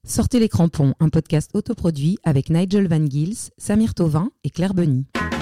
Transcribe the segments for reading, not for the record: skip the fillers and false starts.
Sortez les crampons, un podcast autoproduit avec Nigel Van Gils, Samir Thauvin et Claire Benny.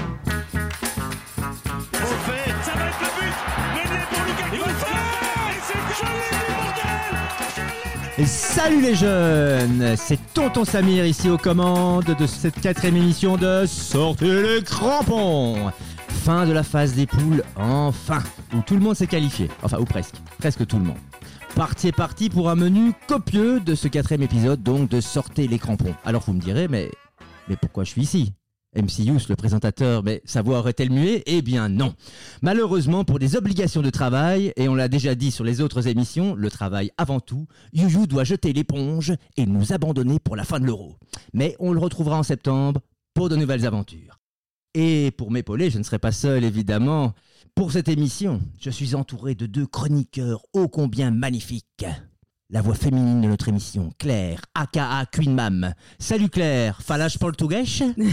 Et salut les jeunes, c'est Tonton Samir ici aux commandes de cette 4e émission de Sortez les crampons. Fin de la phase des poules, enfin, où tout le monde s'est qualifié, enfin ou presque tout le monde. C'est parti pour un menu copieux de ce 4e épisode, donc de Sortez les crampons. Alors vous me direz, mais pourquoi je suis ici ? MC Youss, le présentateur, mais sa voix aurait-elle mué ? Eh bien non. Malheureusement, pour des obligations de travail, et on l'a déjà dit sur les autres émissions, le travail avant tout, You doit jeter l'éponge et nous abandonner pour la fin de l'Euro. Mais on le retrouvera en septembre pour de nouvelles aventures. Et pour m'épauler, je ne serai pas seul évidemment. Pour cette émission, je suis entouré de 2 chroniqueurs ô combien magnifiques. La voix féminine de notre émission, Claire, aka Queen Mam. Salut Claire, falas português?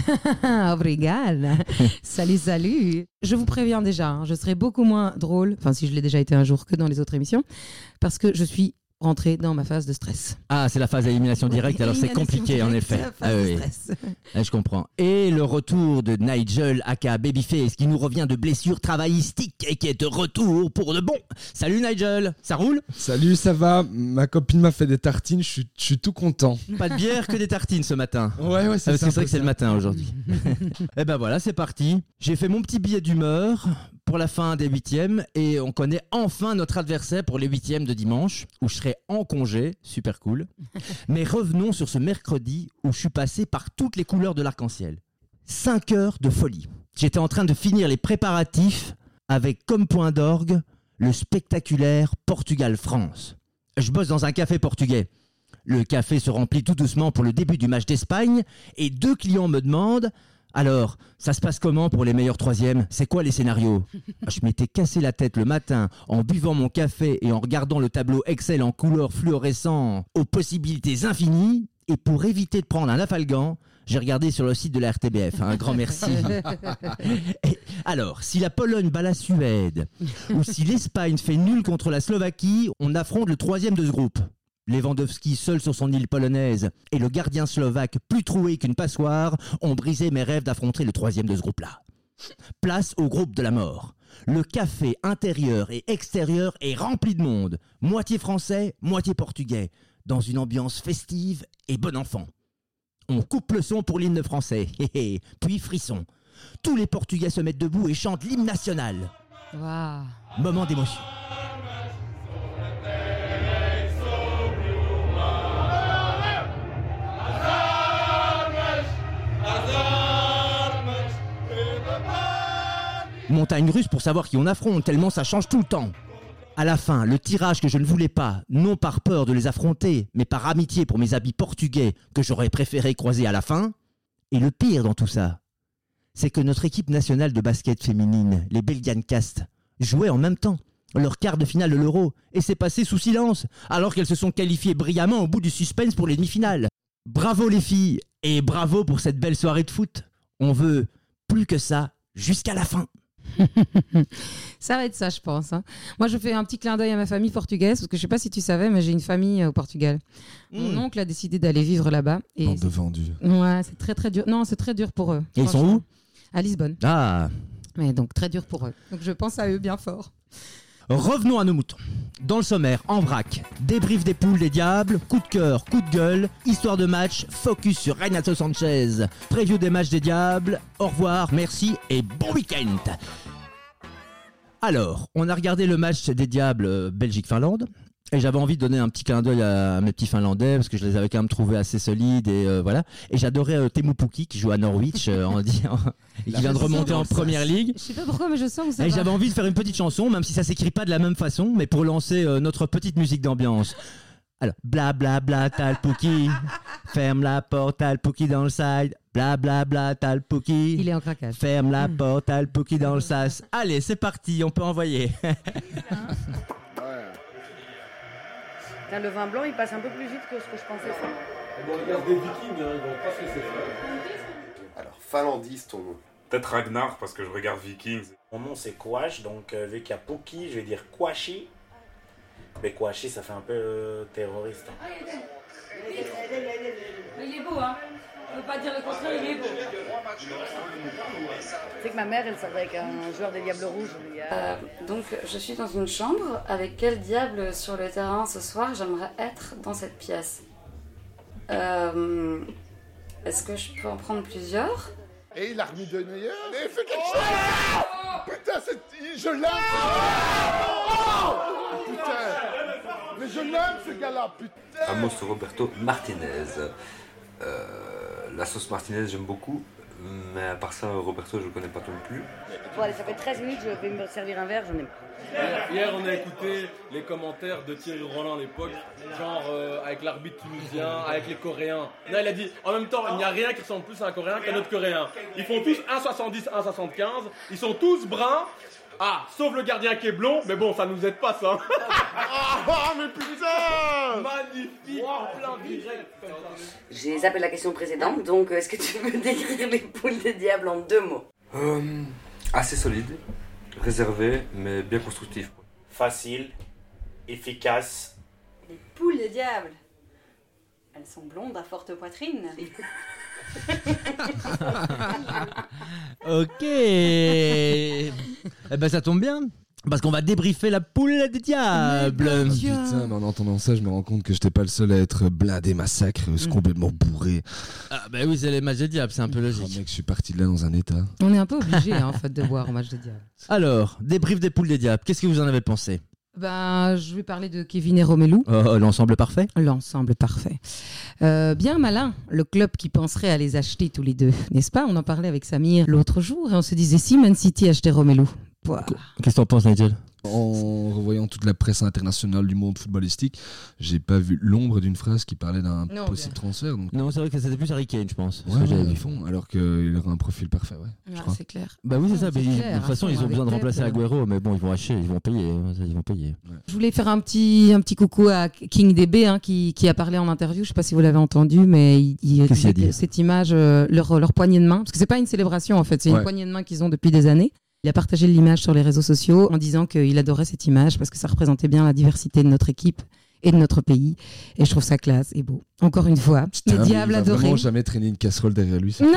Obrigada. Salut. Je vous préviens déjà, je serai beaucoup moins drôle, enfin si je l'ai déjà été un jour que dans les autres émissions, parce que je suis rentrée dans ma phase de stress. Ah, c'est la phase d'élimination directe, alors c'est compliqué en effet. Oui. Je comprends. Et le retour de Nigel, aka Babyface, qui nous revient de blessures travaillistiques et qui est de retour pour de bon. Salut Nigel, ça roule? Salut, ça va? Ma copine m'a fait des tartines, je suis tout content. Pas de bière, que des tartines ce matin. Ouais, c'est ça. Parce que c'est vrai que c'est le matin aujourd'hui. Et ben voilà, c'est parti. J'ai fait mon petit billet d'humeur pour la fin des 8e et on connaît enfin notre adversaire pour les 8e de dimanche où je serai en congé, super cool. Mais revenons sur ce mercredi où je suis passé par toutes les couleurs de l'arc-en-ciel. 5 heures de folie. J'étais en train de finir les préparatifs avec comme point d'orgue le spectaculaire Portugal-France. Je bosse dans un café portugais. Le café se remplit tout doucement pour le début du match d'Espagne et 2 clients me demandent: alors, ça se passe comment pour les meilleurs 3e ? C'est quoi les scénarios ? Je m'étais cassé la tête le matin en buvant mon café et en regardant le tableau Excel en couleur fluorescent aux possibilités infinies. Et pour éviter de prendre un afalgan, j'ai regardé sur le site de la RTBF. Un grand merci. Et alors, si la Pologne bat la Suède ou si l'Espagne fait nul contre la Slovaquie, on affronte le 3e de ce groupe. Lewandowski seul sur son île polonaise et le gardien slovaque plus troué qu'une passoire ont brisé mes rêves d'affronter le 3e de ce groupe-là. Place au groupe de la mort. Le café intérieur et extérieur est rempli de monde, moitié français, moitié portugais, dans une ambiance festive et bon enfant. On coupe le son pour l'hymne français, puis frisson. Tous les Portugais se mettent debout et chantent l'hymne national. Wow. Moment d'émotion. Montagne russe pour savoir qui on affronte, tellement ça change tout le temps. À la fin, le tirage que je ne voulais pas, non par peur de les affronter, mais par amitié pour mes amis portugais que j'aurais préféré croiser à la fin. Et le pire dans tout ça, c'est que notre équipe nationale de basket féminine, les Belgian Cast, jouait en même temps leur quart de finale de l'Euro et c'est passé sous silence, alors qu'elles se sont qualifiées brillamment au bout du suspense pour les demi-finales. Bravo les filles, et bravo pour cette belle soirée de foot. On veut plus que ça jusqu'à la fin. Ça va être ça, je pense. Moi, je fais un petit clin d'œil à ma famille portugaise, parce que je ne sais pas si tu savais, mais j'ai une famille au Portugal. Mon oncle a décidé d'aller vivre là-bas. Et bande de vendus. Ouais, c'est très très dur. Non, c'est très dur pour eux. Et ils sont où ? À Lisbonne. Ah. Mais donc très dur pour eux. Donc je pense à eux bien fort. Revenons à nos moutons. Dans le sommaire, en vrac, débrief des poules des diables, coup de cœur, coup de gueule, histoire de match, focus sur Renato Sanchez, preview des matchs des diables, au revoir, merci et bon week-end. Alors, on a regardé le match des diables Belgique-Finlande. Et j'avais envie de donner un petit clin d'œil à mes petits Finlandais parce que je les avais quand même trouvés assez solides et voilà. Et j'adorais Teemu Pukki qui joue à Norwich et qui vient de remonter en première ligue. Je sais pas pourquoi mais je sens que ça et va. J'avais envie de faire une petite chanson même si ça s'écrit pas de la même façon mais pour lancer notre petite musique d'ambiance. Alors, bla bla bla t'as le Pukki, ferme la porte t'as le Pukki dans le side, bla bla bla t'as le Pukki. Il est en craquage. Ferme la porte t'as le Pukki dans le sas. Allez c'est parti on peut envoyer. Le vin blanc, il passe un peu plus vite que ce que je pensais faire. Bon, regarde des Vikings, ils vont pas se laisser faire. Alors, finlandise ton nom. Peut-être Ragnar, parce que je regarde Vikings. Mon nom c'est Quash, donc vu qu'il y a Pukki, je vais dire Quashi. Mais Quashi, ça fait un peu terroriste. il est beau, hein. On ne peut pas dire le contraire, il est beau. C'est que ma mère, elle sortait avec un joueur des Diables Rouges. Donc, je suis dans une chambre. Avec quel diable sur le terrain ce soir j'aimerais être dans cette pièce? Est-ce que je peux en prendre plusieurs? Et il a remis de meilleur. Mais fais quelque chose. Putain, je l'aime. Putain. Mais je l'aime, ce gars-là, putain. Amos Roberto Martinez. La sauce Martinez, j'aime beaucoup. Mais à part ça, Roberto, je connais pas non plus. Bon, allez, ça fait 13 minutes, je vais me servir un verre, j'en ai marre. Hier, on a écouté les commentaires de Thierry Roland à l'époque, genre avec l'arbitre tunisien, avec les Coréens. Là, il a dit, en même temps, il n'y a rien qui ressemble plus à un Coréen qu'un autre Coréen. Ils font tous 1,70, 1,75, ils sont tous bruns. Ah, sauf le gardien qui est blond, mais bon, ça nous aide pas, ça. Ah, mais putain! Magnifique, en plein direct. J'ai zappé la question précédente, donc est-ce que tu peux décrire les poules des diables en 2 mots? Assez solide, réservé, mais bien constructif. Facile, efficace. Les poules de diable. Elles sont blondes à forte poitrine. Ok. Eh ben ça tombe bien. Parce qu'on va débriefer la poule des diables. Putain, mais en entendant ça, je me rends compte que j'étais pas le seul à être blindé massacre, complètement bourré. Ah bah oui, c'est les matchs des diables, c'est un peu Oh, logique. mec, je suis parti de là dans un état. On est un peu obligé en fait de boire au match de diable. Alors, débrief des poules des diables, qu'est-ce que vous en avez pensé? Ben, je vais parler de Kevin et Romelu. L'ensemble parfait. L'ensemble parfait. Bien malin, le club qui penserait à les acheter tous les deux, n'est-ce pas? On en parlait avec Samir l'autre jour et on se disait si Man City achetait Romelu. Pouah. Qu'est-ce que t'en penses, Nigel? En revoyant toute la presse internationale du monde footballistique, j'ai pas vu l'ombre d'une phrase qui parlait d'un possible transfert. Donc... Non, c'est vrai que c'était plus Harry Kane, je pense. Ouais, ouais, à fond, alors qu'il aurait un profil parfait, ouais. Ouais, je crois. c'est clair. Bah oui, c'est ça. C'est Mais clair, de toute façon, ils ont besoin de remplacer Agüero, mais bon, ils vont acheter, ils vont payer. Ils vont payer. Ouais. Je voulais faire un petit coucou à King DB hein, qui a parlé en interview. Je sais pas si vous l'avez entendu, mais il Qu'est-ce qu'il a dit? cette image, leur poignée de main, parce que c'est pas une célébration en fait, c'est une poignée de main qu'ils ont depuis des années. Il a partagé l'image sur les réseaux sociaux en disant qu'il adorait cette image parce que ça représentait bien la diversité de notre équipe et de notre pays. Et je trouve ça classe et beau. Encore une fois, les diables adorés. Il va vraiment jamais traîner une casserole derrière lui. Non,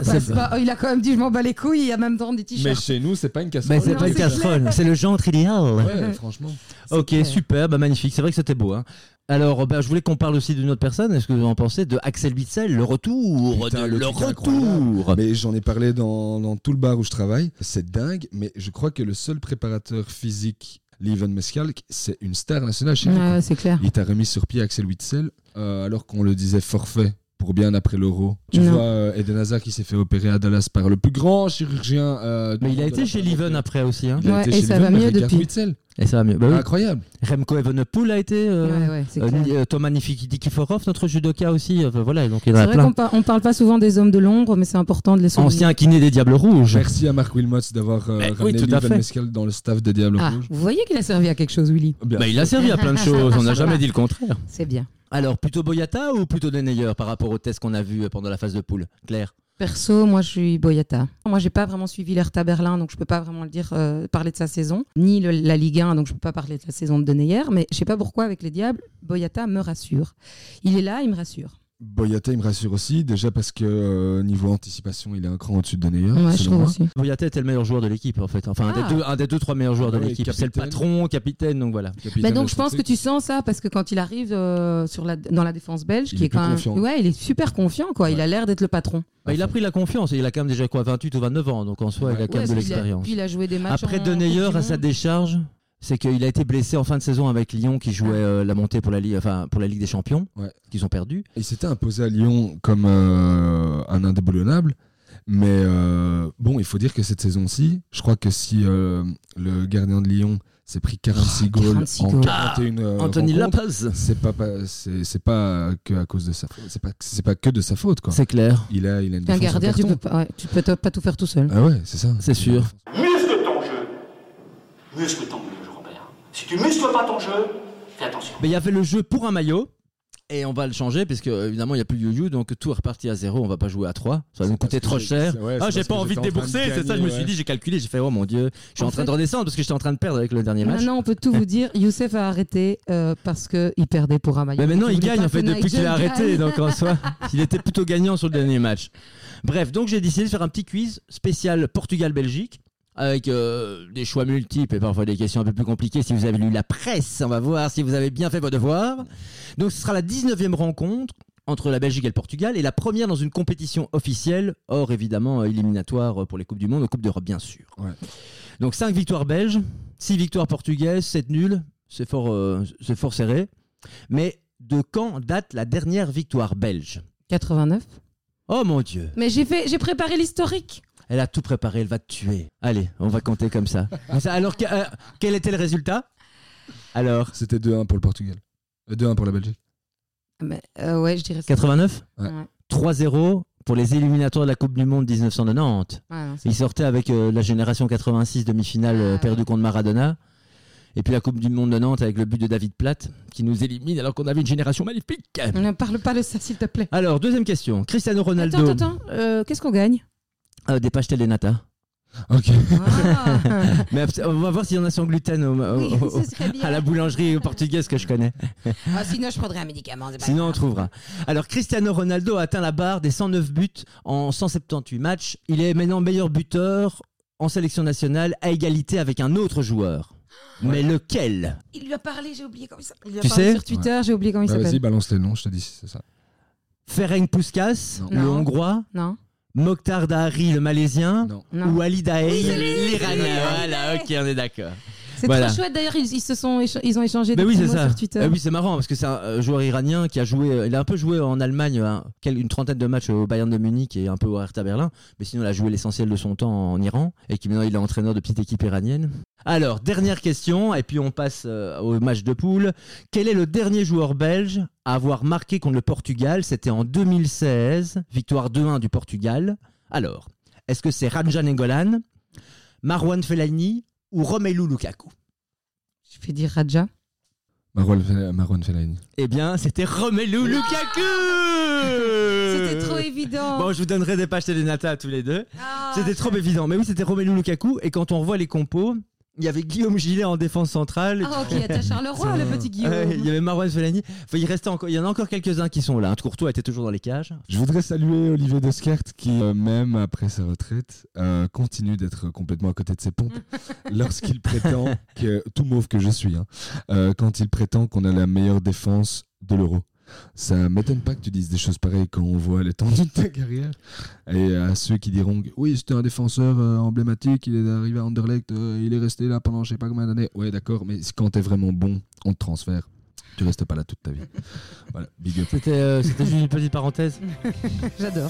il a quand même dit je m'en bats les couilles, il y a même dans des t-shirts. Mais chez nous, c'est pas une casserole. Mais c'est pas une casserole, c'est le genre idéal. Ouais, franchement. Ok, clair. super, bah magnifique. C'est vrai que c'était beau. Hein. Alors, bah, je voulais qu'on parle aussi d'une autre personne. Est-ce que vous en pensez de Axel Witsel, le retour, Putain, le truc retour. incroyable. Mais j'en ai parlé dans tout le bar où je travaille. C'est dingue, mais je crois que le seul préparateur physique, Lieven Mescalc, c'est une star nationale chez nous. Ouais, c'est clair. Il t'a remis sur pied Axel Witsel, alors qu'on le disait forfait pour bien après l'Euro. Tu Non. vois Eden Hazard qui s'est fait opérer à Dallas par le plus grand chirurgien. Mais il a été chez Lieven après aussi. Hein. Il a Ouais, été et chez ça Lieven, va mieux Richard depuis. Witsel. Et ça va mieux. Bah oui. Incroyable. Remco Evenepoel a été. Ouais, c'est clair. Thomas Nikiforov, notre judoka aussi. Voilà, donc il y en C'est a vrai plein. qu'on parle pas souvent des hommes de l'ombre, mais c'est important de les souligner. Ancien kiné des Diables Rouges. Merci à Marc Wilmots d'avoir oui, ramené tout à Lieven fait. Mescalc dans le staff des Diables Ah, Rouges. vous voyez qu'il a servi à quelque chose, Willy. Bien Bah, il sûr. a servi à plein de choses, on n'a jamais dit le contraire. C'est bien. Alors, plutôt Boyata ou plutôt Denayer par rapport au test qu'on a vu pendant la phase de poule? Claire? Perso, moi je suis Boyata. Moi j'ai pas vraiment suivi l'Hertha Berlin, donc je peux pas vraiment le dire, parler de sa saison, ni la Ligue 1, donc je peux pas parler de la saison de Denayer, mais je sais pas pourquoi avec les Diables, Boyata me rassure. Il est là, il me rassure. Boyata, il me rassure aussi, déjà parce que niveau anticipation, il est un cran au-dessus de Denayer. Ouais, je selon trouve moi. aussi. Boyata était le meilleur joueur de l'équipe en fait. Enfin, un des deux, trois meilleurs joueurs de oui, l'équipe. C'est le capitaine. patron, capitaine, donc voilà. Capitaine Mais de donc ce je pense truc. que tu sens ça parce que quand il arrive dans la défense belge, Il qui est est quand plus même, confiant. ouais, il est super confiant quoi. Il Ouais. a l'air d'être le patron. Bah, il a pris la confiance et il a quand même déjà 28 ou 29 ans, donc en soi il a quand même de Ouais, puis l'expérience. Puis il a joué des matchs. Après en Denayer, Coupe du à sa Monde. décharge, c'est qu'il a été blessé en fin de saison avec Lyon qui jouait la montée pour la Ligue des Champions, Ouais. qu'ils ont perdu. Il s'était imposé à Lyon comme un indéboulonnable. Mais bon, il faut dire que cette saison-ci, je crois que si le gardien de Lyon s'est pris 46 goals 46 en goals. 41 Anthony rencontres, Lapaz. c'est pas que à cause de sa faute. C'est pas que de sa faute, quoi. C'est clair, Il a une Un défense en gardien, carton. tu peux pas tout faire tout seul. Ah ouais, c'est ça. c'est sûr. Muscle ton jeu. Muscle ton jeu, Robert. Si tu muscles pas ton jeu, fais attention. Mais il y avait le jeu pour un maillot. Et on va le changer parce que évidemment il n'y a plus de you-you, donc tout est reparti à 0. On va pas jouer à 3. Ça va nous coûter trop cher. J'ai pas envie de débourser. C'est ça, je me suis dit, j'ai calculé, j'ai fait oh mon Dieu, je suis en train de redescendre parce que j'étais en train de perdre avec le dernier match. Maintenant on peut tout vous dire. Youssef a arrêté parce qu'il perdait pour Amaya. Mais maintenant il gagne en fait depuis qu'il a arrêté. Donc en soi, il était plutôt gagnant sur le dernier match. Bref, donc j'ai décidé de faire un petit quiz spécial Portugal-Belgique. Avec des choix multiples et parfois des questions un peu plus compliquées. Si vous avez lu la presse, on va voir si vous avez bien fait vos devoirs. Donc ce sera la 19e rencontre entre la Belgique et le Portugal et la première dans une compétition officielle, hors évidemment éliminatoire pour les Coupes du Monde, aux Coupes d'Europe bien sûr. Ouais. Donc 5 victoires belges, 6 victoires portugaises, 7 nuls, c'est fort serré. Mais de quand date la dernière victoire belge ? 89. Oh mon Dieu. Mais j'ai préparé l'historique. Elle a tout préparé, elle va te tuer. Allez, on va compter comme ça. Alors, quel était le résultat ? Alors, c'était 2-1 pour le Portugal. 2-1 pour la Belgique. Ouais, je dirais ça. 89 ? Ouais. 3-0 pour les éliminatoires de la Coupe du Monde 1990. Ouais, ils sortaient avec la génération 86 demi-finale perdue contre Maradona. Et puis la Coupe du Monde de Nantes avec le but de David Platt qui nous élimine alors qu'on avait une génération magnifique. Ne parle pas de ça, s'il te plaît. Alors, deuxième question. Cristiano Ronaldo. Attends. Qu'est-ce qu'on gagne ? Des pastels et nata. Ok. Ah. Mais on va voir s'il y en a sans gluten à la boulangerie portugaise que je connais. Sinon, je prendrai un médicament. Sinon, on trouvera. Alors, Cristiano Ronaldo a atteint la barre des 109 buts en 178 matchs. Il est maintenant meilleur buteur en sélection nationale à égalité avec un autre joueur. Ouais. Mais lequel ? Il lui a parlé, j'ai oublié comment il s'appelle. Il lui a tu parlé sais sur Twitter, j'ai oublié comment il s'appelle. Vas-y, balance les noms, je te dis si c'est ça. Ferenc Puskás, le Hongrois. Non. Mokhtar Dahri, le Malaisien. Non. Ou Ali Daei, l'Iranien. Voilà, ok, on est d'accord. C'est trop chouette d'ailleurs, ils ont échangé des mots sur Twitter. Oui, c'est marrant parce que c'est un joueur iranien qui a joué, il a un peu joué en Allemagne, une trentaine de matchs au Bayern de Munich et un peu au Hertha Berlin, mais sinon il a joué l'essentiel de son temps en Iran et qui maintenant il est entraîneur de petite équipe iranienne. Alors, dernière question et puis on passe au match de poule. Quel est le dernier joueur belge à avoir marqué contre le Portugal ? C'était en 2016, victoire 2-1 du Portugal. Alors, est-ce que c'est Radja Nainggolan, Marouane Fellaini ou Romelu Lukaku? Je vais dire Radja. Marouane Fellaini. Eh bien, c'était Romelu Lukaku. C'était trop évident. Bon, je vous donnerai des pages Télénata à tous les deux. C'était trop évident. Mais oui, c'était Romelu Lukaku. Et quand on revoit les compos, il y avait Guillaume Gillet en défense centrale. Ah, ok, il y a Charleroi, le petit Guillaume. Il y avait Marouane Fellaini. Enfin, il y en a encore quelques-uns qui sont là. Courtois était toujours dans les cages. Je voudrais saluer Olivier Descartes qui, même après sa retraite, continue d'être complètement à côté de ses pompes lorsqu'il prétend, tout mauve que je suis, quand il prétend qu'on a la meilleure défense de l'Euro. Ça m'étonne pas que tu dises des choses pareilles quand on voit l'étendue de ta carrière. Et à ceux qui diront que oui, c'était un défenseur emblématique, il est arrivé à Anderlecht, il est resté là pendant je sais pas combien d'années. Ouais, d'accord, mais quand t'es vraiment bon, on te transfère. Tu restes pas là toute ta vie. Voilà, big up. C'était juste une petite parenthèse. J'adore.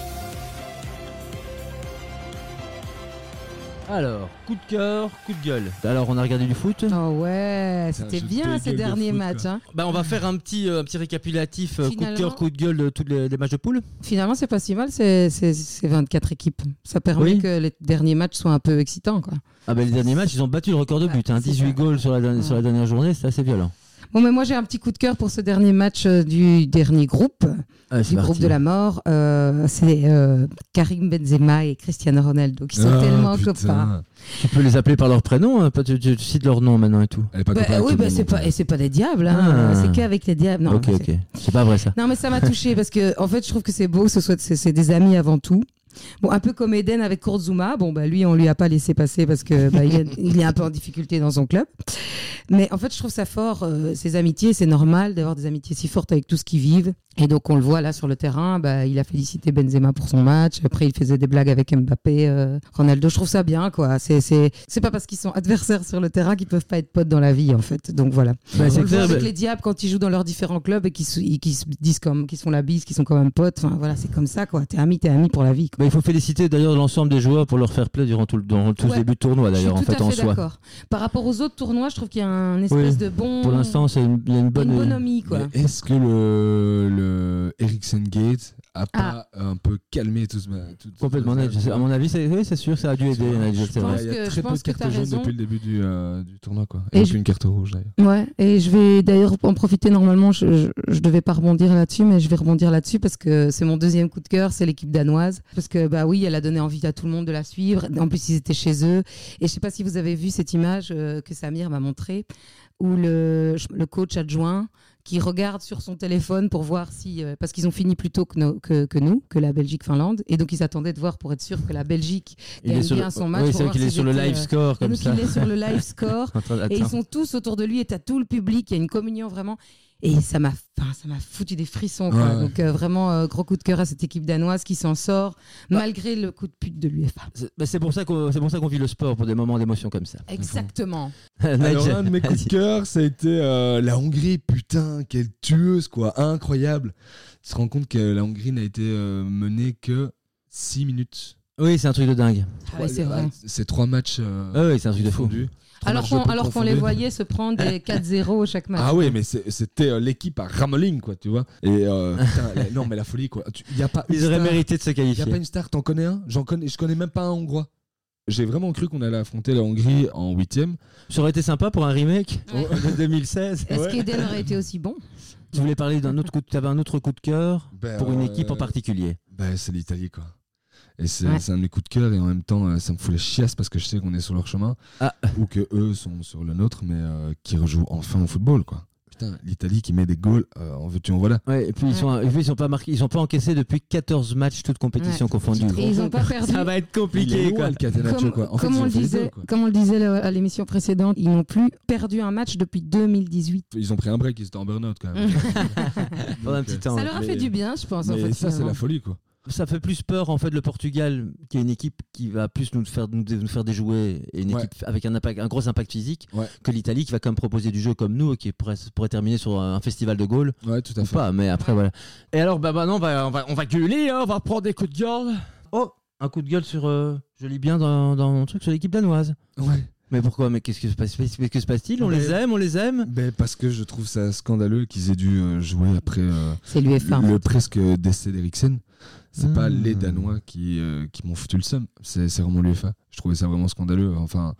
Alors, coup de cœur, coup de gueule. Alors, on a regardé du foot. Oh ouais, c'était bien ces derniers matchs. On va faire un petit récapitulatif, coup de cœur, coup de gueule de tous les matchs de poule. Finalement, c'est pas si mal, c'est 24 équipes. Ça permet que les derniers matchs soient un peu excitants, quoi. Les derniers matchs, ils ont battu le record de buts. 18 goals sur la dernière journée, c'est assez violent. Bon, mais moi j'ai un petit coup de cœur pour ce dernier match du dernier groupe, groupe de la mort. C'est Karim Benzema et Cristiano Ronaldo qui sont tellement copains. Tu peux les appeler par leur prénom, tu cites leur nom maintenant et tout. C'est pas des diables, c'est qu'avec les diables. Non, ok, c'est pas vrai ça. Non, mais ça m'a touché parce que en fait je trouve que c'est beau, c'est des amis avant tout. Bon, un peu comme Eden avec Kurtzuma. Bon, lui, on lui a pas laissé passer parce que il est un peu en difficulté dans son club. Mais en fait, je trouve ça fort, ces amitiés. C'est normal d'avoir des amitiés si fortes avec tout ce qu'ils vivent. Et donc, on le voit là sur le terrain. Il a félicité Benzema pour son match. Après, il faisait des blagues avec Mbappé, Ronaldo. Je trouve ça bien, quoi. C'est pas parce qu'ils sont adversaires sur le terrain qu'ils peuvent pas être potes dans la vie, en fait. Donc voilà. On le voit avec les Diables quand ils jouent dans leurs différents clubs et qu'ils se disent qu'ils sont la bise, qu'ils sont quand même potes. Enfin voilà, c'est comme ça, quoi. T'es ami pour la vie. Il faut féliciter d'ailleurs l'ensemble des joueurs pour leur fair play durant tous les débuts de tournoi d'ailleurs, en fait, en soi. D'accord. Par rapport aux autres tournois, je trouve qu'il y a un espèce de bon. Pour l'instant, il y a une bonne bonhomie, quoi. Mais est-ce que le Eriksen Eriksen Gate a pas un peu calmé tout ce... Complètement. À mon avis, c'est sûr, ça a dû aider Nigel. Il y a très peu de cartes jaunes depuis le début du tournoi, quoi. Et aucune carte rouge, d'ailleurs. Ouais, et je vais d'ailleurs en profiter. Normalement, je devais pas rebondir là-dessus, mais je vais rebondir là-dessus parce que c'est mon deuxième coup de cœur, c'est l'équipe danoise. Parce que, bah oui, elle a donné envie à tout le monde de la suivre. En plus, ils étaient chez eux. Et je sais pas si vous avez vu cette image que Samir m'a montrée, où le coach adjoint qui regarde sur son téléphone pour voir si... parce qu'ils ont fini plus tôt que nous, que la Belgique-Finlande. Et donc, ils attendaient de voir pour être sûr que la Belgique gagne bien son match. Oui, c'est vrai qu'il est sur le live score comme ça. Donc, il est sur le live score. Et ils sont tous autour de lui et t'as tout le public. Il y a une communion vraiment... Et ça m'a foutu des frissons. Quoi. Ouais. Donc vraiment, gros coup de cœur à cette équipe danoise qui s'en sort, malgré le coup de pute de l'UEFA. C'est pour ça qu'on vit le sport, pour des moments d'émotion comme ça. Exactement. Alors, un de mes coups de cœur, ça a été la Hongrie. Putain, quelle tueuse, quoi. Incroyable. Tu te rends compte que la Hongrie n'a été menée que 6 minutes. Oui, c'est un truc de dingue. Ah ouais, c'est vrai. C'est 3 matchs. Oui, c'est un truc de fou. Alors qu'on les voyait se prendre des 4-0 chaque match. Ah oui, mais c'était l'équipe à Rameling, quoi, tu vois. Et non, mais la folie, quoi. Ils auraient mérité de se qualifier. Il n'y a pas une star, t'en connais un ? Je connais même pas un Hongrois. J'ai vraiment cru qu'on allait affronter la Hongrie en 8e. Ça aurait été sympa pour un remake de 2016. Est-ce qu'Eden aurait été aussi bon ? Tu voulais parler d'un autre coup tu avais un autre coup de cœur pour une équipe en particulier ? C'est l'Italie, quoi. Et c'est un de mes coups de cœur et en même temps ça me fout les chiasses parce que je sais qu'on est sur leur chemin ou que eux sont sur le nôtre mais qui rejouent enfin au football, quoi. Putain, l'Italie qui met des goals en veux-tu en voilà. Ouais, et puis ils sont pas marqués, ils sont pas encaissés depuis 14 matchs toutes compétitions confondues. Et ils ont pas perdu. Ça va être compliqué, quoi. Comme on le disait à l'émission précédente, ils n'ont plus perdu un match depuis 2018. Ils ont pris un break, ils étaient en burn-out quand même. Pendant un petit temps. Ça leur a fait du bien, je pense. Mais en fait, ça, c'est la folie, quoi. Ça fait plus peur en fait le Portugal, qui est une équipe qui va plus nous faire déjouer et une équipe avec un gros impact physique, que l'Italie qui va quand même proposer du jeu comme nous et qui pourrait terminer sur un festival de goal. Ouais, tout à fait. Pas, mais après voilà. Et alors non, on va gueuler, hein, on va prendre des coups de gueule. Oh, un coup de gueule sur, je lis bien dans mon truc, sur l'équipe danoise. Ouais. Mais pourquoi ? Mais qu'est-ce que se passe-t-il ? On les aime. Parce que je trouve ça scandaleux qu'ils aient dû jouer après le presque décès d'Eriksen. C'est pas les Danois qui m'ont foutu le seum, c'est vraiment l'UEFA. Je trouvais ça vraiment scandaleux. Enfin,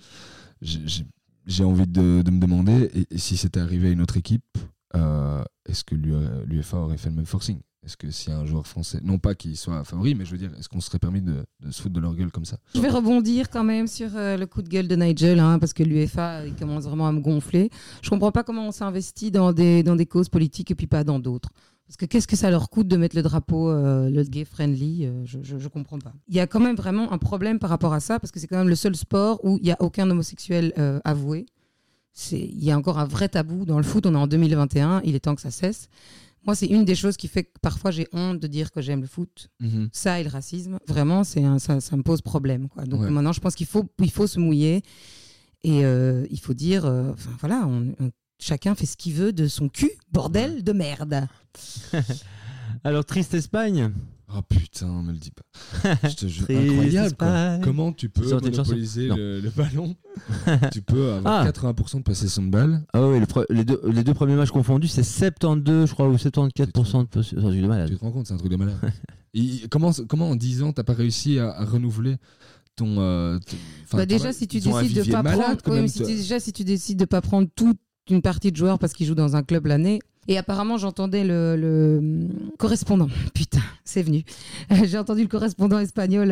j'ai envie de me demander et si c'était arrivé à une autre équipe, est-ce que l'UEFA aurait fait le même forcing ? Est-ce que si un joueur français, non pas qu'il soit favori, mais je veux dire, est-ce qu'on se serait permis de se foutre de leur gueule comme ça ? Je vais rebondir quand même sur le coup de gueule de Nigel, parce que l'UEFA il commence vraiment à me gonfler. Je comprends pas comment on s'investit dans des causes politiques et puis pas dans d'autres. Parce que qu'est-ce que ça leur coûte de mettre le drapeau, le gay friendly, je comprends pas. Il y a quand même vraiment un problème par rapport à ça, parce que c'est quand même le seul sport où il n'y a aucun homosexuel avoué. Il y a encore un vrai tabou dans le foot, on est en 2021, il est temps que ça cesse. Moi, c'est une des choses qui fait que parfois j'ai honte de dire que j'aime le foot. Mm-hmm. Ça et le racisme, vraiment, ça me pose problème, quoi. Donc maintenant, je pense qu'il faut se mouiller et il faut dire, voilà, chacun fait ce qu'il veut de son cul, bordel de merde. Alors, triste Espagne. Oh putain, me le dis pas. Je te jure, incroyable, quoi. Comment tu peux monopoliser le ballon ? Tu peux avoir 80% de possession de balle. Ah oui, les deux premiers matchs confondus, c'est 72, je crois, ou 74% de possession. C'est un truc de malade. Tu te rends compte, c'est un truc de malade. Comment en 10 ans, t'as pas réussi à renouveler ton... déjà, si tu décides de pas prendre... si tu décides de pas prendre toute une partie de joueurs parce qu'ils jouent dans un club l'année... Et apparemment, j'entendais le correspondant. Putain, c'est venu. J'ai entendu le correspondant espagnol.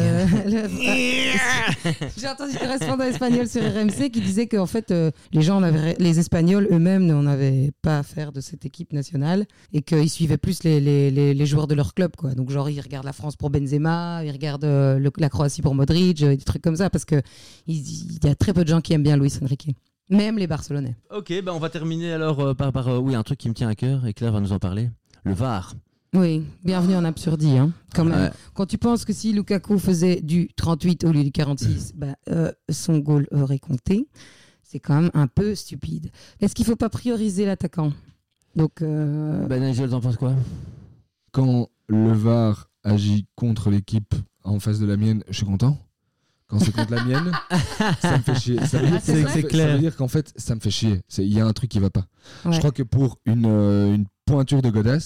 J'ai entendu le correspondant espagnol sur RMC qui disait qu'en fait, les Espagnols eux-mêmes n'en avaient pas à faire de cette équipe nationale et qu'ils suivaient plus les joueurs de leur club, quoi. Donc, genre, ils regardent la France pour Benzema, ils regardent la Croatie pour Modric, des trucs comme ça, parce qu'il y a très peu de gens qui aiment bien Luis Enrique. Même les Barcelonais. Ok, on va terminer alors par un truc qui me tient à cœur et Claire va nous en parler. Le VAR. Oui, bienvenue en Absurdie. Quand même. Ouais. Quand tu penses que si Lukaku faisait du 38 au lieu du 46, son goal aurait compté, c'est quand même un peu stupide. Est-ce qu'il ne faut pas prioriser l'attaquant ? Donc, Nigel, t'en penses quoi ? Quand le VAR agit contre l'équipe en face de la mienne, je suis content. Quand c'est contre la mienne, ça me fait chier. Ça veut dire qu'en fait, ça me fait chier. Il y a un truc qui va pas. Ouais. Je crois que pour une pointure de Godas,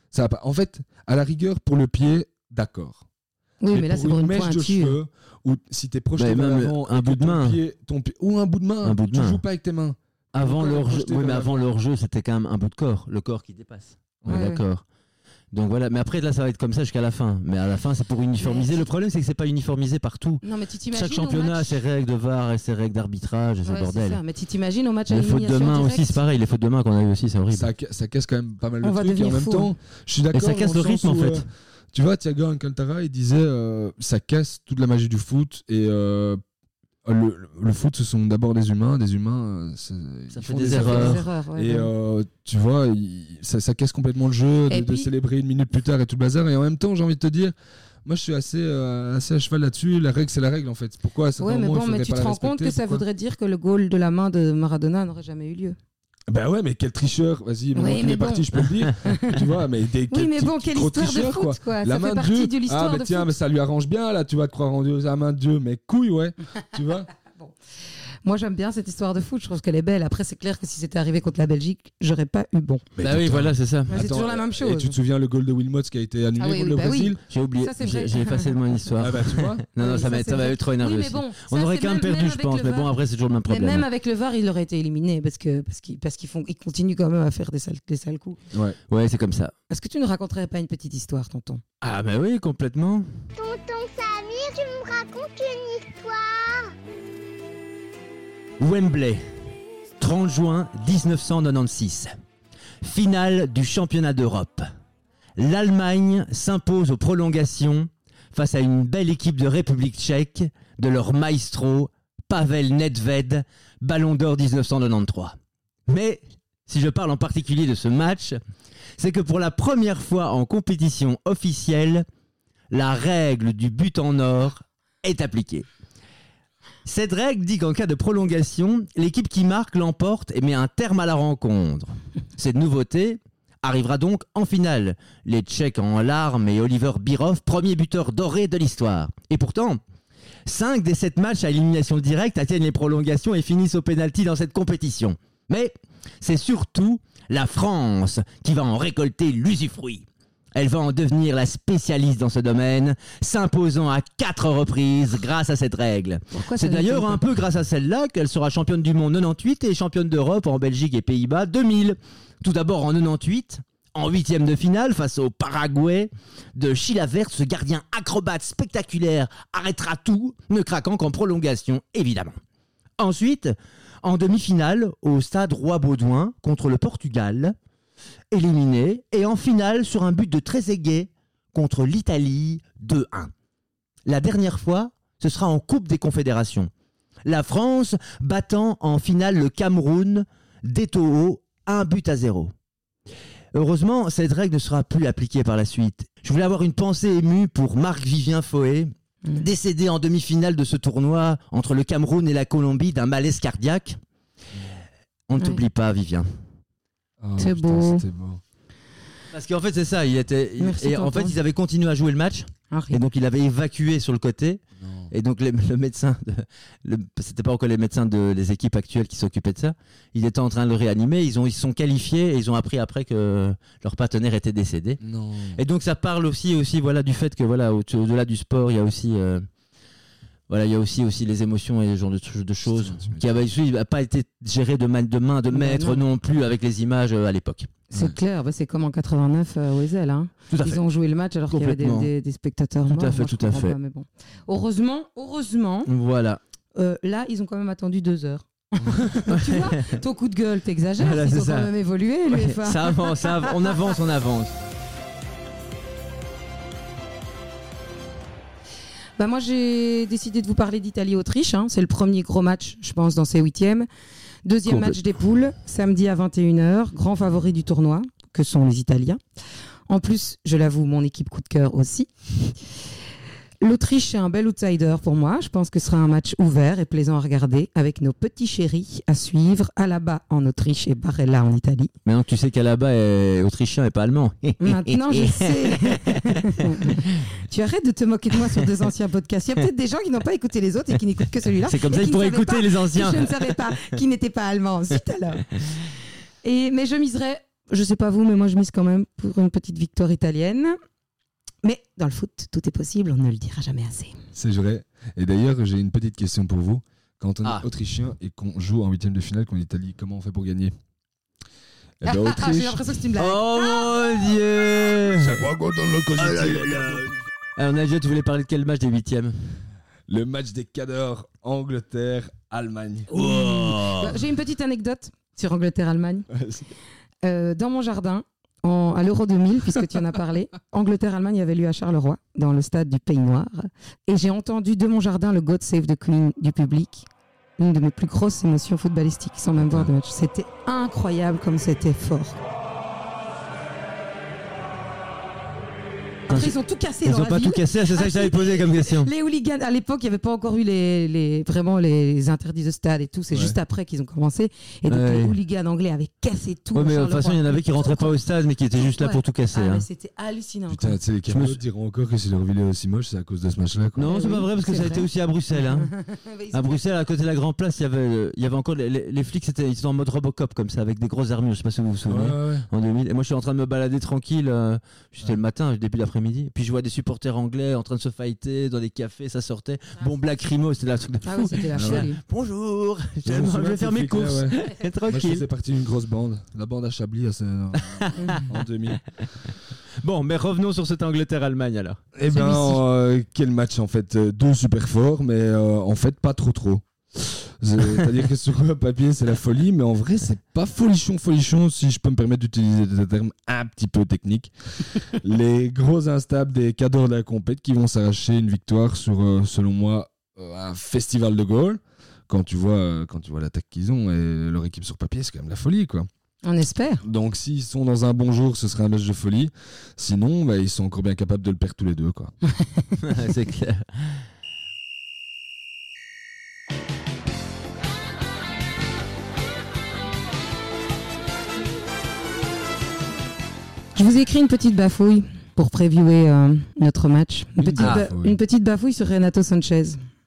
Ça va pas. En fait, à la rigueur, pour le pied, d'accord. Oui, mais là, c'est pour une mèche de pointure. cheveux, ou si t'es projeté vers l'avant, un bout de main. Ou un bout de main, tu joues pas avec tes mains. Avant leur jeu, c'était quand même un bout de corps, le corps qui dépasse. On est d'accord. Donc voilà, mais après là ça va être comme ça jusqu'à la fin. Mais à la fin c'est pour uniformiser. Le problème c'est que c'est pas uniformisé partout. Non, mais tu t'imagines chaque championnat a ses règles de VAR et ses règles d'arbitrage et ce bordel. C'est ça. Mais tu t'imagines au match à les fautes élimination de main directe, aussi c'est pareil, les fautes de main qu'on a eu aussi c'est horrible. Ça casse quand même pas mal de On va trucs et en devenir même fou. temps, je suis d'accord. Et ça casse le rythme en fait. Tu vois, Thiago Alcantara il disait ça casse toute la magie du foot et le foot, ce sont d'abord des humains. Des humains, ça fait des erreurs. Et tu vois, ça casse complètement le jeu de célébrer une minute plus tard et tout le bazar. Et en même temps, j'ai envie de te dire, moi, je suis assez à cheval là-dessus. La règle, c'est la règle, en fait. Pourquoi Ouais, mais bon, mais tu te rends compte que ça voudrait dire que le goal de la main de Maradona n'aurait jamais eu lieu. Ben ouais, mais quel tricheur. Vas-y, maintenant qu'il est parti, je peux le dire. Tu vois, mais quelle histoire de foot, quoi. La ça main fait de partie Dieu. de l'histoire mais de tiens, foot. mais ça lui arrange bien, là. Tu vas te croire en Dieu, la main de Dieu. Mais couille, ouais. Tu vois. Moi, j'aime bien cette histoire de foot. Je trouve qu'elle est belle. Après, c'est clair que si c'était arrivé contre la Belgique, j'aurais pas eu bon. Bah oui, voilà, c'est ça. C'est toujours la même chose. Et tu te souviens le goal de Wilmots qui a été annulé contre le Brésil? J'ai oublié. J'ai effacé de mon histoire. Ah bah tu vois. Non, ça m'a trop énervé aussi. On aurait quand même perdu, je pense. Mais bon, après, c'est toujours le même problème. Mais même avec le VAR, il aurait été éliminé parce qu'ils continuent quand même à faire des sales coups. Ouais, c'est comme ça. Est-ce que tu ne raconterais pas une petite histoire, tonton? Ah bah oui, complètement. Tonton Samir, tu me racontes une histoire? Wembley, 30 juin 1996. Finale du championnat d'Europe. L'Allemagne s'impose aux prolongations face à une belle équipe de République tchèque de leur maestro Pavel Nedved, Ballon d'Or 1993. Mais si je parle en particulier de ce match, c'est que pour la première fois en compétition officielle, la règle du but en or est appliquée. Cette règle dit qu'en cas de prolongation, l'équipe qui marque l'emporte et met un terme à la rencontre. Cette nouveauté arrivera donc en finale. Les Tchèques en larmes et Oliver Bierhoff, premier buteur doré de l'histoire. Et pourtant, 5 des 7 matchs à élimination directe atteignent les prolongations et finissent au pénalty dans cette compétition. Mais c'est surtout la France qui va en récolter l'usufruit. Elle va en devenir la spécialiste dans ce domaine, s'imposant à 4 reprises grâce à cette règle. C'est d'ailleurs un peu grâce à celle-là qu'elle sera championne du monde 98 et championne d'Europe en Belgique et Pays-Bas 2000. Tout d'abord en 98, en 8e de finale face au Paraguay de Chilavert, ce gardien acrobate spectaculaire arrêtera tout, ne craquant qu'en prolongation évidemment. Ensuite, en demi-finale au stade Roi-Baudouin contre le Portugal, éliminé, et en finale sur un but de Trezeguet contre l'Italie 2-1. La dernière fois, ce sera en Coupe des Confédérations. La France battant en finale le Cameroun d'Eto'o 1-0. Heureusement, cette règle ne sera plus appliquée par la suite. Je voulais avoir une pensée émue pour Marc-Vivien Foé, décédé en demi-finale de ce tournoi entre le Cameroun et la Colombie d'un malaise cardiaque. On ne t'oublie pas, Vivien. Oh, c'est beau. Parce qu'en fait, c'est ça. En fait, ils avaient continué à jouer le match. Et donc, il avait évacué sur le côté. Non. Et donc, le médecin, c'était pas encore les médecins des équipes actuelles qui s'occupaient de ça. Ils étaient en train de le réanimer. Ils se sont qualifiés et ils ont appris après que leur partenaire était décédé. Non. Et donc, ça parle aussi voilà, du fait que voilà, au-delà du sport, il y a aussi. Voilà, il y a aussi les émotions et ce genre de choses qui n'avaient pas été gérées de main de maître non plus avec les images à l'époque. C'est clair, c'est comme en 89 au Ezel. Hein. Ils ont joué le match alors qu'il y avait des spectateurs morts. Tout à fait. Pas, mais bon. Heureusement, voilà. là, ils ont quand même attendu 2 heures. Donc, tu vois, ton coup de gueule, t'exagères. Voilà, ils ont quand même évolué. Ça avance, on avance. Moi, j'ai décidé de vous parler d'Italie-Autriche. Hein. C'est le premier gros match, je pense, dans ces 8e. Deuxième match des poules, samedi à 21h. Grand favori du tournoi, que sont les Italiens. En plus, je l'avoue, mon équipe coup de cœur aussi. L'Autriche est un bel outsider pour moi. Je pense que ce sera un match ouvert et plaisant à regarder avec nos petits chéris à suivre. Alaba en Autriche et Barella en Italie. Maintenant que tu sais qu'Alaba est autrichien et pas allemand. Maintenant, je sais. Tu arrêtes de te moquer de moi sur 2 anciens podcasts. Il y a peut-être des gens qui n'ont pas écouté les autres et qui n'écoutent que celui-là. C'est comme ça qu'il faut écouter les anciens. Je ne savais pas qui n'était pas allemand. Zut alors. Mais je miserais Je sais pas vous, mais moi je mise quand même pour une petite victoire italienne. Mais dans le foot, tout est possible, on ne le dira jamais assez. C'est vrai. Et d'ailleurs, j'ai une petite question pour vous. Quand on est autrichien et qu'on joue en 8e de finale contre l'Italie, comment on fait pour gagner? Eh ben, Autriche. J'ai l'impression que c'est une blague. Oh mon Dieu! C'est quoi qu'on donne le cosier? Alors Nadia, tu voulais parler de quel match des 8e? Le match des cadors, Angleterre, Allemagne. J'ai une petite anecdote sur Angleterre-Allemagne. Dans mon jardin, à l'Euro 2000, puisque tu en as parlé, Angleterre-Allemagne avait lieu à Charleroi, dans le stade du Pays Noir. Et j'ai entendu de mon jardin le God Save the Queen du public. Une de mes plus grosses émotions footballistiques, sans même voir de match. C'était incroyable comme c'était fort. Après, ils ont tout cassé dans la ville. Ils ont pas tout cassé, c'est ça que j'avais posé comme question. Les hooligans, à l'époque, il n'y avait pas encore eu vraiment les interdits de stade et tout. C'est juste après qu'ils ont commencé. Et donc, les hooligans anglais avaient cassé tout. Ouais, mais de toute façon, il y en avait qui rentraient pas au stade, mais qui étaient juste là pour tout casser. Mais c'était hallucinant. Putain, tu sais, les Camerounais diront encore que si leur ville est aussi moche, c'est à cause de ce match-là. Non, c'est pas vrai, parce que ça a été aussi à Bruxelles. Hein. À Bruxelles, à côté de la Grand Place, il y avait encore les flics, ils étaient en mode Robocop, comme ça, avec des grosses armures. Je sais pas si vous vous souvenez. En 2000. Et moi, je suis en train de me balader tranquille. C'était le matin, début d'après-midi. Puis je vois des supporters anglais en train de se fighter dans des cafés, ça sortait. Bombe lacrymo, c'était la truc de fou. Ah oui, c'était la folie. Bonjour, je vais faire mes courses. Tranquille. Moi, je faisais partie d'une grosse bande. La bande à Chablis en 2000. Bon, mais revenons sur cette Angleterre-Allemagne alors. Eh ben, quel match en fait. Deux super forts, mais en fait pas trop. C'est-à-dire que sur le papier c'est la folie, mais en vrai c'est pas folichon si je peux me permettre d'utiliser des termes un petit peu techniques. Les gros instables des cadors de la compète qui vont s'arracher une victoire sur, selon moi, un festival de goal. Quand tu vois l'attaque qu'ils ont et leur équipe sur papier, c'est quand même la folie, quoi. On espère. Donc s'ils sont dans un bon jour, ce serait un match de folie. Sinon, bah, ils sont encore bien capables de le perdre tous les deux, quoi. C'est clair. Je vous ai écrit une petite bafouille pour previewer notre match. Une petite bafouille sur Renato Sanchez,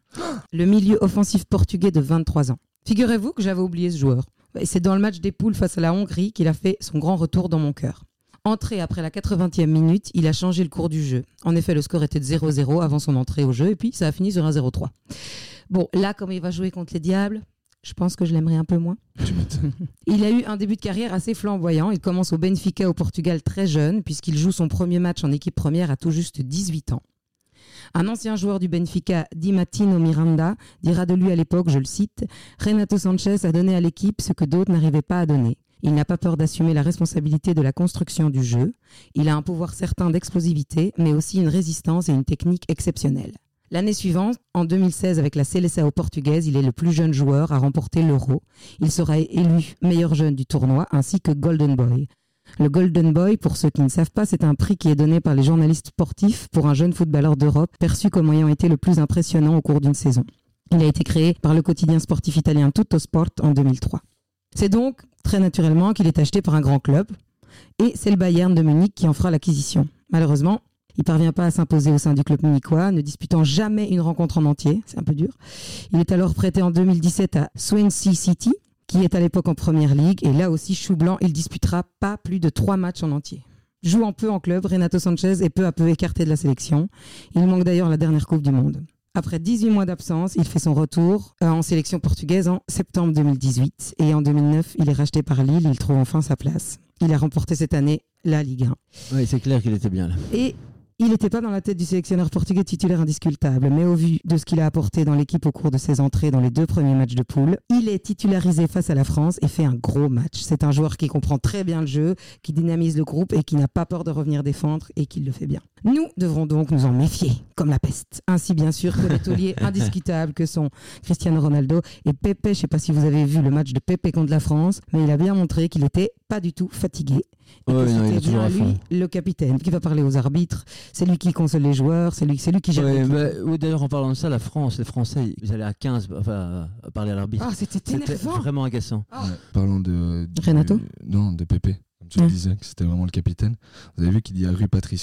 le milieu offensif portugais de 23 ans. Figurez-vous que j'avais oublié ce joueur. Et c'est dans le match des poules face à la Hongrie qu'il a fait son grand retour dans mon cœur. Entré après la 80e minute, il a changé le cours du jeu. En effet, le score était de 0-0 avant son entrée au jeu et puis ça a fini sur un 0-3. Bon, là, comme il va jouer contre les Diables, je pense que je l'aimerais un peu moins. Il a eu un début de carrière assez flamboyant. Il commence au Benfica au Portugal très jeune, puisqu'il joue son premier match en équipe première à tout juste 18 ans. Un ancien joueur du Benfica, Di Martino Miranda, dira de lui à l'époque, je le cite, « Renato Sanchez a donné à l'équipe ce que d'autres n'arrivaient pas à donner. Il n'a pas peur d'assumer la responsabilité de la construction du jeu. Il a un pouvoir certain d'explosivité, mais aussi une résistance et une technique exceptionnelle. » L'année suivante, en 2016, avec la Seleção portugaise, il est le plus jeune joueur à remporter l'Euro. Il sera élu meilleur jeune du tournoi, ainsi que Golden Boy. Le Golden Boy, pour ceux qui ne savent pas, c'est un prix qui est donné par les journalistes sportifs pour un jeune footballeur d'Europe, perçu comme ayant été le plus impressionnant au cours d'une saison. Il a été créé par le quotidien sportif italien Tuttosport en 2003. C'est donc, très naturellement, qu'il est acheté par un grand club, et c'est le Bayern de Munich qui en fera l'acquisition. Malheureusement, il ne parvient pas à s'imposer au sein du club munichois, ne disputant jamais une rencontre en entier. C'est un peu dur. Il est alors prêté en 2017 à Swansea City, qui est à l'époque en Première Ligue. Et là aussi, chou blanc, il disputera pas plus de 3 matchs en entier. Jouant peu en club, Renato Sanchez est peu à peu écarté de la sélection. Il manque d'ailleurs la dernière Coupe du Monde. Après 18 mois d'absence, il fait son retour en sélection portugaise en septembre 2018. Et en 2009, il est racheté par Lille. Il trouve enfin sa place. Il a remporté cette année la Ligue 1. Oui, c'est clair qu'il était bien là. Et il n'était pas dans la tête du sélectionneur portugais titulaire indiscutable, mais au vu de ce qu'il a apporté dans l'équipe au cours de ses entrées dans les 2 premiers matchs de poule, il est titularisé face à la France et fait un gros match. C'est un joueur qui comprend très bien le jeu, qui dynamise le groupe et qui n'a pas peur de revenir défendre et qui le fait bien. Nous devrons donc nous en méfier, comme la peste. Ainsi, bien sûr, que les tauliers indiscutables que sont Cristiano Ronaldo et Pepe. Je ne sais pas si vous avez vu le match de Pepe contre la France, mais il a bien montré qu'il n'était pas du tout fatigué. Et que c'était bien lui, le capitaine, qui va parler aux arbitres. C'est lui qui console les joueurs, c'est lui qui gère l'équipe. Oui, d'ailleurs, en parlant de ça, les Français, ils allaient à 15 à parler à l'arbitre. Ah, c'était énervant. Vraiment agaçant. Ouais. Parlons de Renato Non, de Pepe, comme tu le disais, que c'était vraiment le capitaine. Vous avez vu qu'il dit à Rui Patricio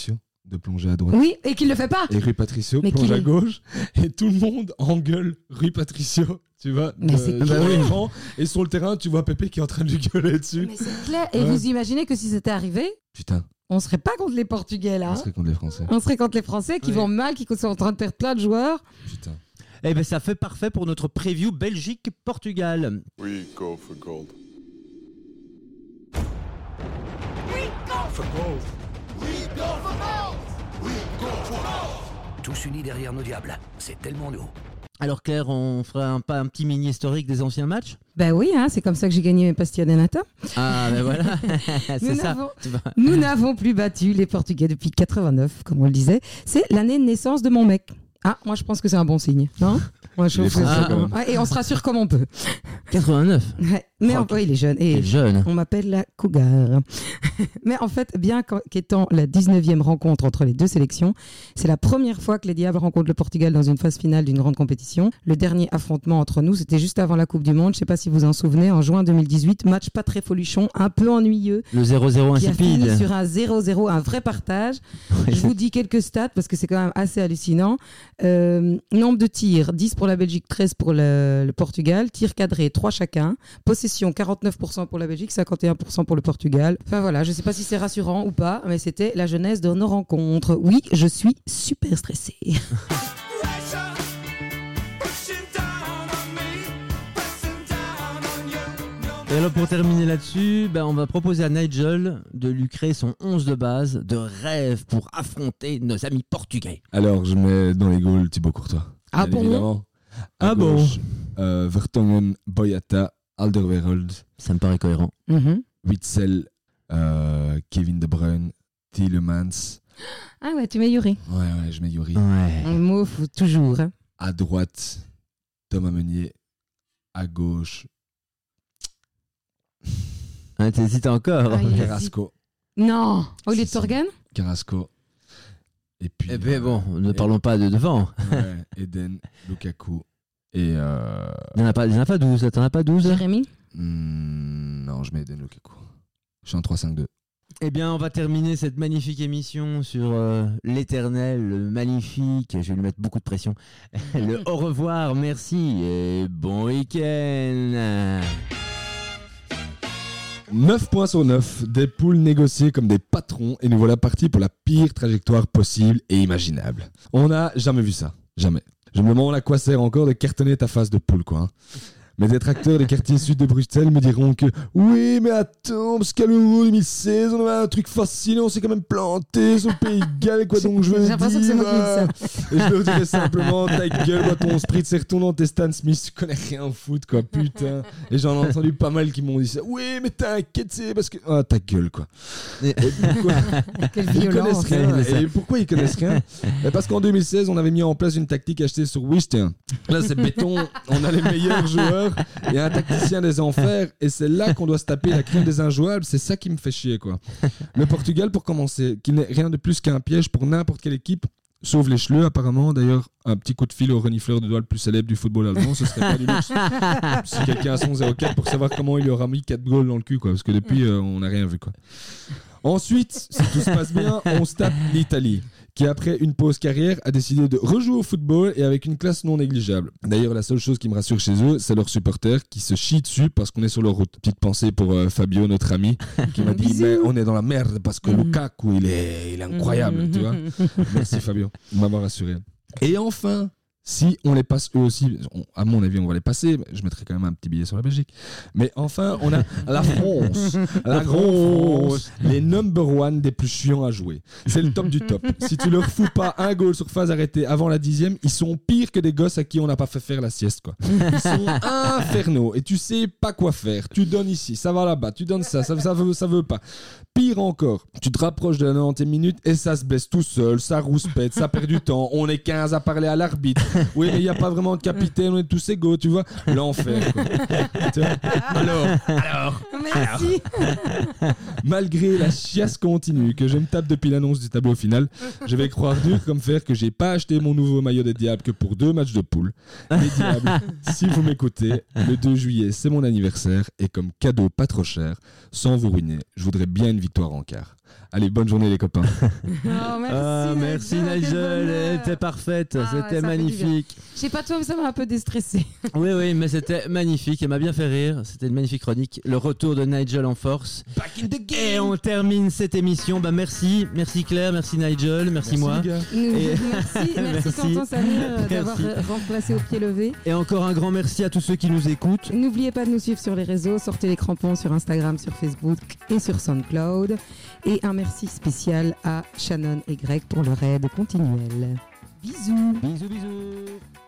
de plonger à droite. Oui, et qu'il le fait pas. Et Rui Patricio Mais plonge qu'il à est- gauche et tout le monde engueule Rui Patricio, tu vois, Mais c'est clair. l'écran. Et sur le terrain, tu vois Pépé qui est en train de lui gueuler dessus. Mais c'est clair. Et Ouais. vous imaginez que si c'était arrivé, Putain, on serait pas contre les Portugais là. on serait contre les Français. On serait contre les Français qui Ouais. vont mal, qui sont en train de perdre plein de joueurs. Putain. Eh ben ça fait parfait pour notre preview Belgique-Portugal. We go for gold. Tous unis derrière nos diables. C'est tellement nous. Alors Claire, on fera pas un petit mini historique des anciens matchs? Ben oui, hein, c'est comme ça que j'ai gagné mes pastillas de nata. Ah ben voilà, c'est Nous ça. n'avons- Tu vois. Nous n'avons plus battu les Portugais depuis 89, comme on le disait. C'est l'année de naissance de mon mec. Ah, moi je pense que c'est un bon signe, non? Moi je Il est trouve que français, c'est- quand même. Ouais, et on se rassure comme on peut. 89. Ouais. Mais Oh, ouais, il est jeune. Et Quel jeune. on m'appelle la Cougar. Mais en fait, bien qu'étant la 19e rencontre entre les deux sélections, c'est la première fois que les Diables rencontrent le Portugal dans une phase finale d'une grande compétition. Le dernier affrontement entre nous, c'était juste avant la Coupe du Monde. Je ne sais pas si vous en souvenez, en juin 2018, match pas très foluchon, un peu ennuyeux. Le 0-0 Qui a fini insipide. sur un 0-0, un vrai partage. Ouais, Je vous dis quelques stats parce que c'est quand même assez hallucinant. Nombre de tirs, 10 pour la Belgique, 13 pour le Portugal. Tirs cadrés, 3 chacun. Possession, 49% pour la Belgique, 51% pour le Portugal. Enfin voilà, je ne sais pas si c'est rassurant ou pas, mais c'était la genèse de nos rencontres. Oui, je suis super stressée. Et alors pour terminer là-dessus, ben, on va proposer à Nigel de lui créer son 11 de base de rêve pour affronter nos amis portugais. Alors, je mets dans les goals Thibaut Courtois. Ah Bien bon? évidemment. À Ah bon? gauche, Vertonghen, Boyata, Alderweireld, Ça me paraît cohérent. Witzel, Kevin De Bruyne, Tielemans. Ah ouais, tu mets Yuri. Ouais, je mets Yuri. Ouais. Un mot, faut toujours. Hein. À droite, Thomas Meunier. À gauche, Ah, t'hésites encore. Ah, il hésite. Carrasco. Non, au lieu de Si. Torgan. Carrasco. Et puis. Eh ben bon, ne parlons pas de devant. Ouais, Eden, Lukaku. Et. Il n'y en a pas 12, là. T'en as pas 12? Jérémy. Non, je mets Eden Lukaku. Je suis en 3-5-2. Eh bien, on va terminer cette magnifique émission sur l'éternel, le magnifique, je vais lui mettre beaucoup de pression, le au revoir, merci et bon week-end. 9 points sur 9, des poules négociées comme des patrons et nous voilà partis pour la pire trajectoire possible et imaginable. On n'a jamais vu ça, jamais. Je me demande à quoi sert encore de cartonner ta face de poule, quoi. Hein. Mes détracteurs des quartiers sud de Bruxelles me diront que oui, mais attends, parce qu'à l'Euro 2016, on avait un truc facile, on s'est quand même planté sur le Pays de Galles, quoi. Donc je veux J'ai l'impression que c'est moi qui dis Et je leur dirais simplement, ta gueule, moi, ton sprit, c'est retourne dans tes Stan Smith, tu connais rien au foot, quoi, putain. Et j'en ai entendu pas mal qui m'ont dit ça. Oui, mais t'inquiète, c'est parce que. Ah, ta gueule, quoi. Et pourquoi Quelle Ils violence. connaissent rien. Et pourquoi ils connaissent rien? Parce qu'en 2016, on avait mis en place une tactique achetée sur Wish. Tiens. Là, c'est béton. On a les meilleurs joueurs. Il y a un tacticien des enfers. Et c'est là qu'on doit se taper la crème des injouables. C'est ça qui me fait chier, quoi. Le Portugal, pour commencer, qui n'est rien de plus qu'un piège pour n'importe quelle équipe. Sauf les Schleux, apparemment. D'ailleurs, un petit coup de fil au renifleur de doigts le plus célèbre du football allemand, ce serait pas du luxe. Si quelqu'un a son 04 pour savoir comment il leur a mis 4 goals dans le cul, quoi. Parce que depuis, on n'a rien vu, quoi. Ensuite, si tout se passe bien, on se tape l'Italie, qui après une pause carrière a décidé de rejouer au football et avec une classe non négligeable. D'ailleurs, la seule chose qui me rassure chez eux, c'est leurs supporters qui se chient dessus parce qu'on est sur leur route. Petite pensée pour Fabio, notre ami, qui m'a dit Bisous. mais on est dans la merde parce que Lukaku, il est incroyable, tu vois. Merci Fabio de m'avoir rassuré. Et enfin, si on les passe eux aussi, à mon avis on va les passer, je mettrai quand même un petit billet sur la Belgique. Mais enfin, on a la France, la grande France, les number one des plus chiants à jouer. C'est le top du top. Si tu leur fous pas un goal sur phase arrêtée avant la 10e, ils sont pires que des gosses à qui on n'a pas fait faire la sieste, quoi. Ils sont infernaux et tu sais pas quoi faire. Tu donnes ici, ça va là-bas, tu donnes ça veut pas. Pire encore, tu te rapproches de la 90e minute et ça se blesse tout seul, ça rouspète, ça perd du temps, on est 15 à parler à l'arbitre. Oui, mais il n'y a pas vraiment de capitaine, on est tous égaux, tu vois. L'enfer, quoi. Tu vois. Alors. Merci. Malgré la chiasse continue que je me tape depuis l'annonce du tableau final, je vais croire dur comme fer que j'ai pas acheté mon nouveau maillot des Diables que pour 2 matchs de poule. Les Diables, si vous m'écoutez, le 2 juillet, c'est mon anniversaire et comme cadeau pas trop cher, sans vous ruiner, je voudrais bien une victoire en quart. Allez, bonne journée les copains. Merci Nigel, elle était parfaite, c'était magnifique. Je sais pas toi, mais ça m'a un peu déstressé. Oui, mais c'était magnifique, elle m'a bien fait rire, c'était une magnifique chronique. Le retour de Nigel en force. Back in the game. Et on termine cette émission. Merci Claire, merci Nigel, merci moi. Merci tonton Samir d'avoir remplacé au pied levé. Et encore un grand merci à tous ceux qui nous écoutent. N'oubliez pas de nous suivre sur les réseaux, sortez les crampons sur Instagram, sur Facebook et sur SoundCloud. Et un merci spécial à Shannon et Greg pour leur aide continuelle. Bisous. Bisous.